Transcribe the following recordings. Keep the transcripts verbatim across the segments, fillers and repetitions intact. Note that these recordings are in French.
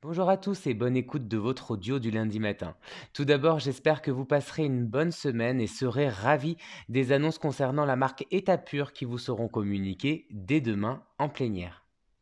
Bonjour à tous et bonne écoute de votre audio du lundi matin. Tout d'abord, j'espère que vous passerez une bonne semaine et serez ravis des annonces concernant la marque Etapure qui vous seront communiquées dès demain en plénière.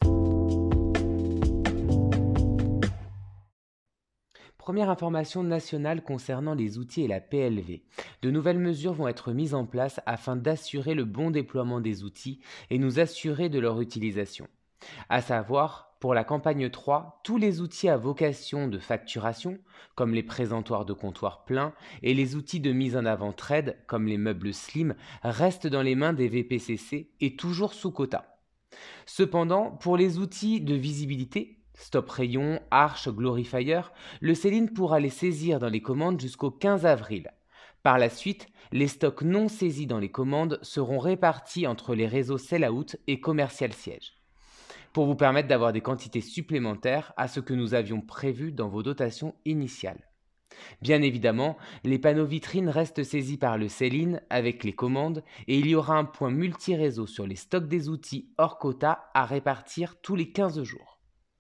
Première information nationale concernant les outils et la P L V. De nouvelles mesures vont être mises en place afin d'assurer le bon déploiement des outils et nous assurer de leur utilisation. À savoir, pour la campagne trois, tous les outils à vocation de facturation, comme les présentoirs de comptoir plein, et les outils de mise en avant trade, comme les meubles slim, restent dans les mains des V P C C et toujours sous quota. Cependant, pour les outils de visibilité, Stop Rayon, Arch, Glorifier, le Céline pourra les saisir dans les commandes jusqu'au quinze avril. Par la suite, les stocks non saisis dans les commandes seront répartis entre les réseaux Sell-out et Commercial Siège, pour vous permettre d'avoir des quantités supplémentaires à ce que nous avions prévu dans vos dotations initiales. Bien évidemment, les panneaux vitrines restent saisis par le sell-in avec les commandes et il y aura un point multi-réseau sur les stocks des outils hors quota à répartir tous les quinze jours.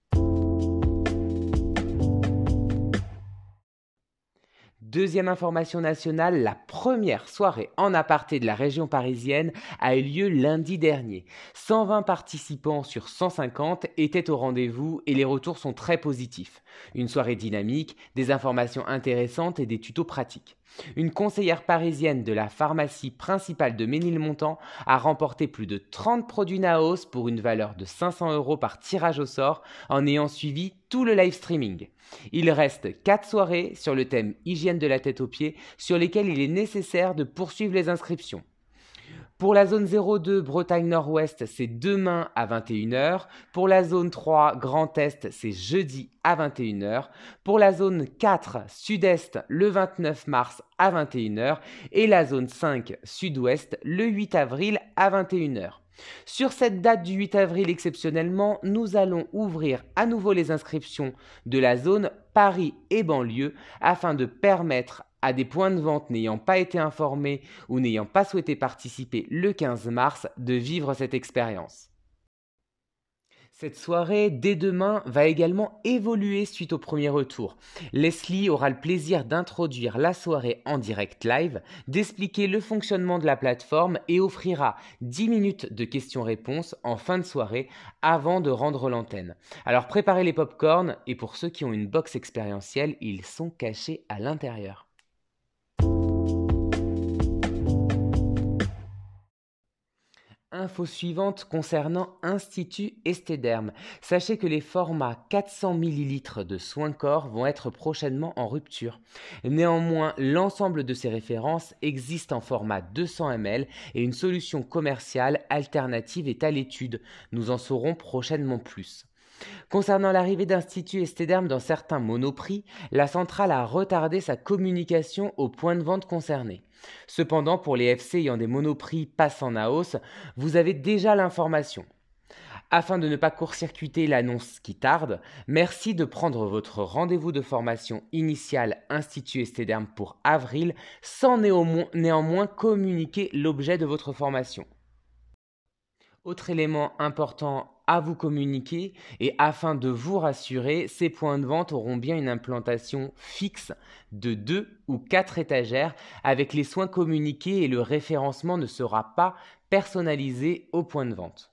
Deuxième information nationale, la première soirée en aparté de la région parisienne a eu lieu lundi dernier. cent vingt participants sur cent cinquante étaient au rendez-vous et les retours sont très positifs. Une soirée dynamique, des informations intéressantes et des tutos pratiques. Une conseillère parisienne de la pharmacie principale de Ménilmontant a remporté plus de trente produits Naos pour une valeur de cinq cents euros par tirage au sort en ayant suivi tout le live streaming. Il reste quatre soirées sur le thème hygiène de la tête aux pieds sur lesquelles il est nécessaire de poursuivre les inscriptions. Pour la zone zéro deux Bretagne Nord-Ouest, c'est demain à vingt et une heures. Pour la zone trois Grand Est, c'est jeudi à vingt et une heures. Pour la zone quatre Sud-Est, le vingt-neuf mars à vingt et une heures. Et la zone cinq Sud-Ouest, le huit avril à vingt et une heures. Sur cette date du huit avril exceptionnellement, nous allons ouvrir à nouveau les inscriptions de la zone Paris et banlieue afin de permettre à des points de vente n'ayant pas été informés ou n'ayant pas souhaité participer le quinze mars de vivre cette expérience. Cette soirée, dès demain, va également évoluer suite au premier retour. Leslie aura le plaisir d'introduire la soirée en direct live, d'expliquer le fonctionnement de la plateforme et offrira dix minutes de questions-réponses en fin de soirée avant de rendre l'antenne. Alors préparez les pop-corns et pour ceux qui ont une box expérientielle, ils sont cachés à l'intérieur. Info suivante concernant Institut Esthederm. Sachez que les formats quatre cents millilitres de soins corps vont être prochainement en rupture. Néanmoins, l'ensemble de ces références existent en format deux cents millilitres et une solution commerciale alternative est à l'étude. Nous en saurons prochainement plus. Concernant l'arrivée d'Institut Esthederm dans certains monoprix, la centrale a retardé sa communication aux points de vente concernés. Cependant, pour les F C ayant des monoprix passant Naos, vous avez déjà l'information. Afin de ne pas court-circuiter l'annonce qui tarde, merci de prendre votre rendez-vous de formation initiale Institut Esthederm pour avril sans néanmoins, néanmoins communiquer l'objet de votre formation. Autre élément important à vous communiquer et afin de vous rassurer, ces points de vente auront bien une implantation fixe de deux ou quatre étagères avec les soins communiqués et le référencement ne sera pas personnalisé au point de vente.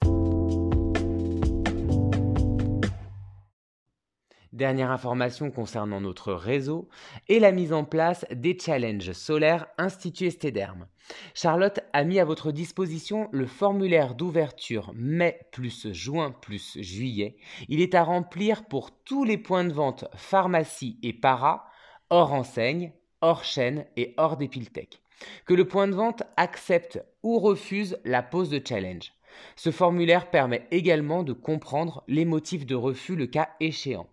Dernière information concernant notre réseau et la mise en place des challenges solaires Institut Esthederm. Charlotte a mis à votre disposition le formulaire d'ouverture mai plus juin plus juillet. Il est à remplir pour tous les points de vente pharmacie et para, hors enseigne, hors chaîne et hors Dépiltech. Que le point de vente accepte ou refuse la pose de challenge. Ce formulaire permet également de comprendre les motifs de refus le cas échéant.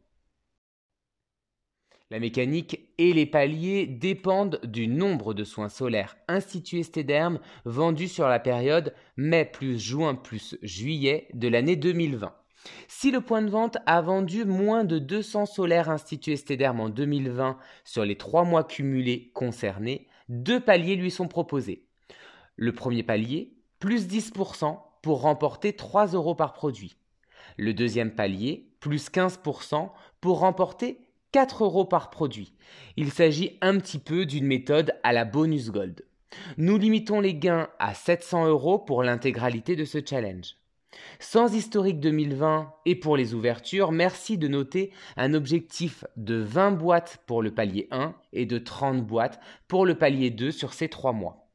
La mécanique et les paliers dépendent du nombre de soins solaires Institut Esthederm vendus sur la période mai plus juin plus juillet de l'année deux mille vingt. Si le point de vente a vendu moins de deux cents solaires Institut Esthederm en deux mille vingt sur les trois mois cumulés concernés, deux paliers lui sont proposés. Le premier palier, plus dix pour cent pour remporter trois euros par produit. Le deuxième palier, plus quinze pour cent pour remporter quatre euros par produit. Il s'agit un petit peu d'une méthode à la bonus gold. Nous limitons les gains à sept cents euros pour l'intégralité de ce challenge. Sans historique deux mille vingt et pour les ouvertures, merci de noter un objectif de vingt boîtes pour le palier un et de trente boîtes pour le palier deux sur ces trois mois.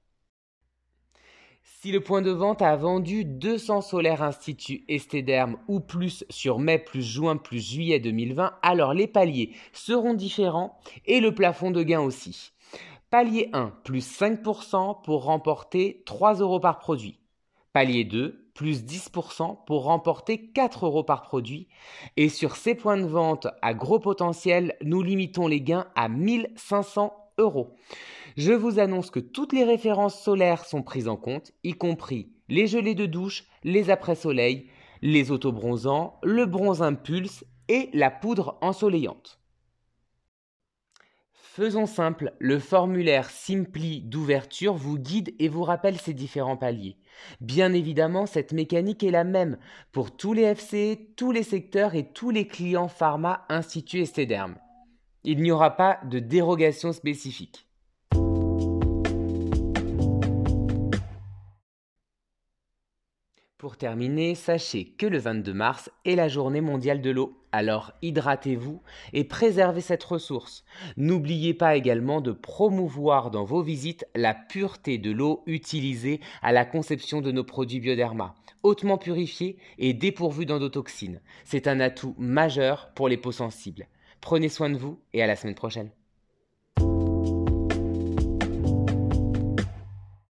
Si le point de vente a vendu deux cents solaires Institut Esthederm ou plus sur mai plus juin plus juillet deux mille vingt, alors les paliers seront différents et le plafond de gain aussi. Palier un, plus cinq pour cent pour remporter trois euros par produit. Palier deux, plus dix pour cent pour remporter quatre euros par produit. Et sur ces points de vente à gros potentiel, nous limitons les gains à mille cinq cents euros. Je vous annonce que toutes les références solaires sont prises en compte, y compris les gelées de douche, les après-soleil, les autobronzants, le bronze impulse et la poudre ensoleillante. Faisons simple, le formulaire Simply d'ouverture vous guide et vous rappelle ces différents paliers. Bien évidemment, cette mécanique est la même pour tous les F C, tous les secteurs et tous les clients pharma Institut Esthederm. Il n'y aura pas de dérogation spécifique. Pour terminer, sachez que le vingt-deux mars est la journée mondiale de l'eau. Alors hydratez-vous et préservez cette ressource. N'oubliez pas également de promouvoir dans vos visites la pureté de l'eau utilisée à la conception de nos produits Bioderma, hautement purifiés et dépourvus d'endotoxines. C'est un atout majeur pour les peaux sensibles. Prenez soin de vous et à la semaine prochaine.